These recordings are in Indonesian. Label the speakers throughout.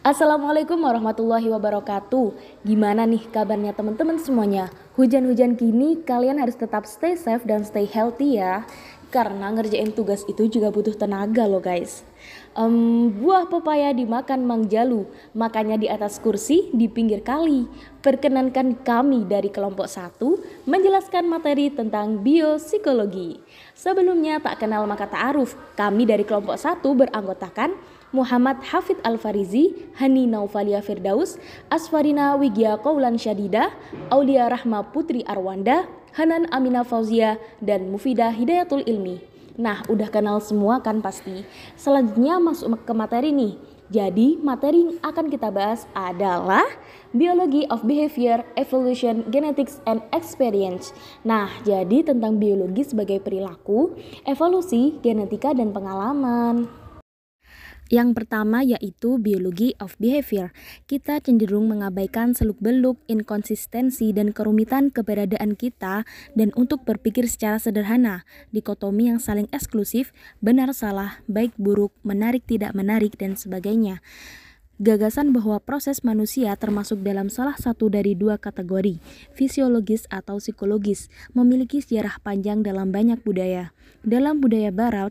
Speaker 1: Assalamualaikum warahmatullahi wabarakatuh. Gimana nih kabarnya teman-teman semuanya? Hujan-hujan gini kalian harus tetap stay safe dan stay healthy ya. Karena ngerjain tugas itu juga butuh tenaga loh guys. Buah pepaya dimakan Mang Jalu, makanya di atas kursi di pinggir kali. Perkenankan kami dari kelompok 1 menjelaskan materi tentang biopsikologi. Sebelumnya tak kenal maka ta'aruf, kami dari kelompok 1 beranggotakan Muhammad Hafid Al-Farizi, Hani Naufalia Firdaus, Asfarina Wigia Qaulan Syadida, Aulia Rahma Putri Arwanda, Hanan Amina Fauzia, dan Mufidah Hidayatul Ilmi. Nah, udah kenal semua kan pasti. Selanjutnya masuk ke materi nih. Jadi, materi yang akan kita bahas adalah Biology of Behavior, Evolution, Genetics, and Experience. Nah, jadi tentang biologi sebagai perilaku, evolusi, genetika, dan pengalaman. Yang pertama yaitu biology of behavior. Kita cenderung mengabaikan seluk-beluk, inkonsistensi, dan kerumitan keberadaan kita dan untuk berpikir secara sederhana, dikotomi yang saling eksklusif, benar salah, baik buruk, menarik tidak menarik, dan sebagainya. Gagasan bahwa proses manusia termasuk dalam salah satu dari dua kategori, fisiologis atau psikologis, memiliki sejarah panjang dalam banyak budaya. Dalam budaya barat,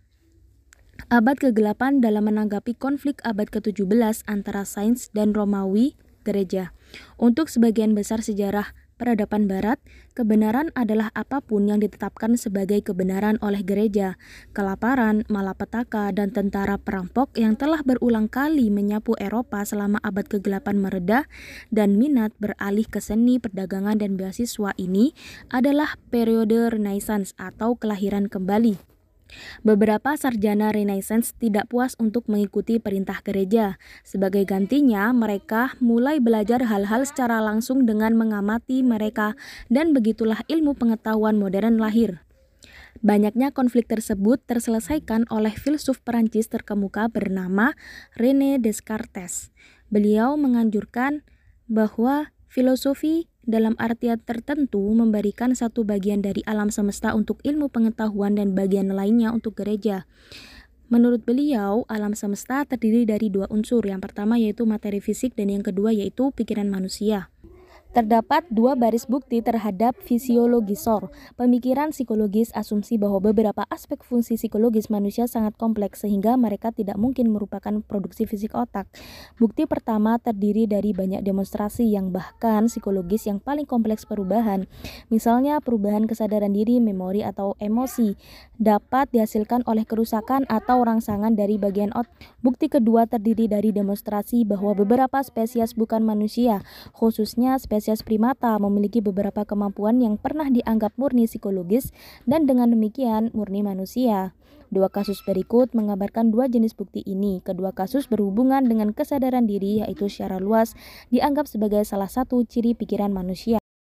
Speaker 1: abad ke-8 dalam menanggapi konflik abad ke-17 antara sains dan Romawi gereja. Untuk sebagian besar sejarah peradaban barat, kebenaran adalah apapun yang ditetapkan sebagai kebenaran oleh gereja. Kelaparan, malapetaka, dan tentara perampok yang telah berulang kali menyapu Eropa selama abad ke-8 mereda dan minat beralih ke seni, perdagangan, dan beasiswa ini adalah periode Renaissance atau kelahiran kembali. Beberapa sarjana Renaissance tidak puas untuk mengikuti perintah gereja. Sebagai gantinya, mereka mulai belajar hal-hal secara langsung dengan mengamati mereka, dan begitulah ilmu pengetahuan modern lahir. Banyaknya konflik tersebut terselesaikan oleh filsuf Perancis terkemuka bernama René Descartes. Beliau menganjurkan bahwa filosofi dalam artian tertentu memberikan satu bagian dari alam semesta untuk ilmu pengetahuan dan bagian lainnya untuk gereja. Menurut beliau, alam semesta terdiri dari dua unsur. Yang pertama yaitu materi fisik dan yang kedua yaitu pikiran manusia. Terdapat dua baris bukti terhadap fisiologisor. Pemikiran psikologis asumsi bahwa beberapa aspek fungsi psikologis manusia sangat kompleks sehingga mereka tidak mungkin merupakan produksi fisik otak. Bukti pertama terdiri dari banyak demonstrasi yang bahkan psikologis yang paling kompleks perubahan. Misalnya perubahan kesadaran diri, memori, atau emosi dapat dihasilkan oleh kerusakan atau rangsangan dari bagian otak. Bukti kedua terdiri dari demonstrasi bahwa beberapa spesies bukan manusia, khususnya spesies primata, memiliki beberapa kemampuan yang pernah dianggap murni psikologis dan dengan demikian murni manusia. Dua kasus berikut mengabarkan dua jenis bukti ini. Kedua kasus berhubungan dengan kesadaran diri, yaitu secara luas dianggap sebagai salah satu ciri pikiran manusia.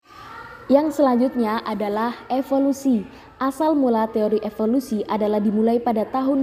Speaker 1: Yang selanjutnya adalah evolusi. Asal mula teori evolusi adalah dimulai pada tahun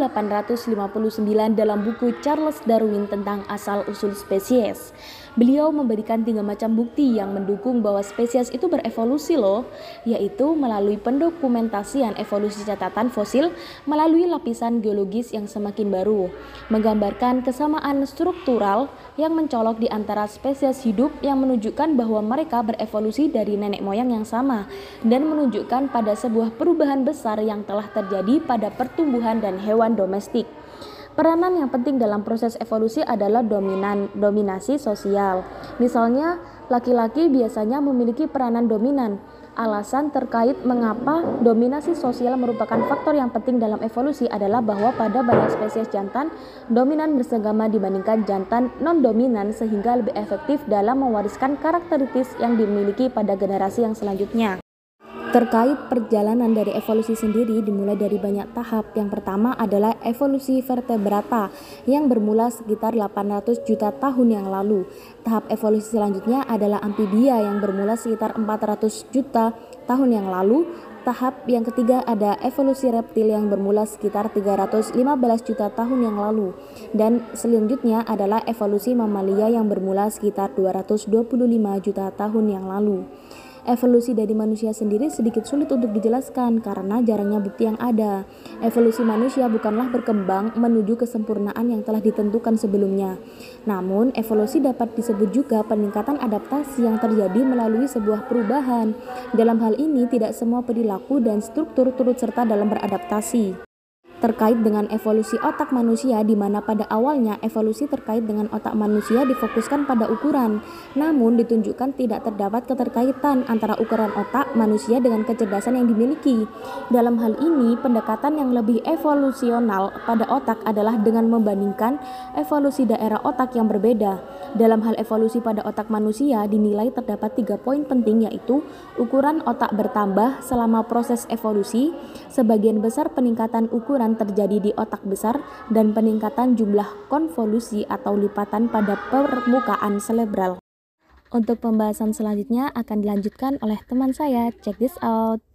Speaker 1: 1859 dalam buku Charles Darwin tentang asal-usul spesies. Beliau memberikan 3 macam bukti yang mendukung bahwa spesies itu berevolusi loh, yaitu melalui pendokumentasian evolusi catatan fosil melalui lapisan geologis yang semakin baru, menggambarkan kesamaan struktural yang mencolok di antara spesies hidup yang menunjukkan bahwa mereka berevolusi dari nenek moyang yang sama, dan menunjukkan pada sebuah perubahan besar yang telah terjadi pada pertumbuhan dan hewan domestik. Peranan yang penting dalam proses evolusi adalah dominasi sosial. Misalnya, laki-laki biasanya memiliki peranan dominan. Alasan terkait mengapa dominasi sosial merupakan faktor yang penting dalam evolusi adalah bahwa pada banyak spesies jantan, dominan bersenggama dibandingkan jantan non-dominan sehingga lebih efektif dalam mewariskan karakteristik yang dimiliki pada generasi yang selanjutnya. Terkait perjalanan dari evolusi sendiri dimulai dari banyak tahap. Yang pertama adalah evolusi vertebrata yang bermula sekitar 800 juta tahun yang lalu. Tahap evolusi selanjutnya adalah amfibia yang bermula sekitar 400 juta tahun yang lalu. Tahap yang ketiga ada evolusi reptil yang bermula sekitar 315 juta tahun yang lalu. Dan selanjutnya adalah evolusi mamalia yang bermula sekitar 225 juta tahun yang lalu. Evolusi dari manusia sendiri sedikit sulit untuk dijelaskan karena jarangnya bukti yang ada. Evolusi manusia bukanlah berkembang menuju kesempurnaan yang telah ditentukan sebelumnya. Namun, evolusi dapat disebut juga peningkatan adaptasi yang terjadi melalui sebuah perubahan. Dalam hal ini, tidak semua perilaku dan struktur turut serta dalam beradaptasi. Terkait dengan evolusi otak manusia, di mana pada awalnya evolusi terkait dengan otak manusia difokuskan pada ukuran, namun ditunjukkan tidak terdapat keterkaitan antara ukuran otak manusia dengan kecerdasan yang dimiliki. Dalam hal ini, pendekatan yang lebih evolusional pada otak adalah dengan membandingkan evolusi daerah otak yang berbeda. Dalam hal evolusi pada otak manusia, dinilai terdapat 3 poin penting, yaitu ukuran otak bertambah selama proses evolusi, sebagian besar peningkatan ukuran terjadi di otak besar, dan peningkatan jumlah konvolusi atau lipatan pada permukaan cerebral. Untuk pembahasan selanjutnya akan dilanjutkan oleh teman saya. Check this out.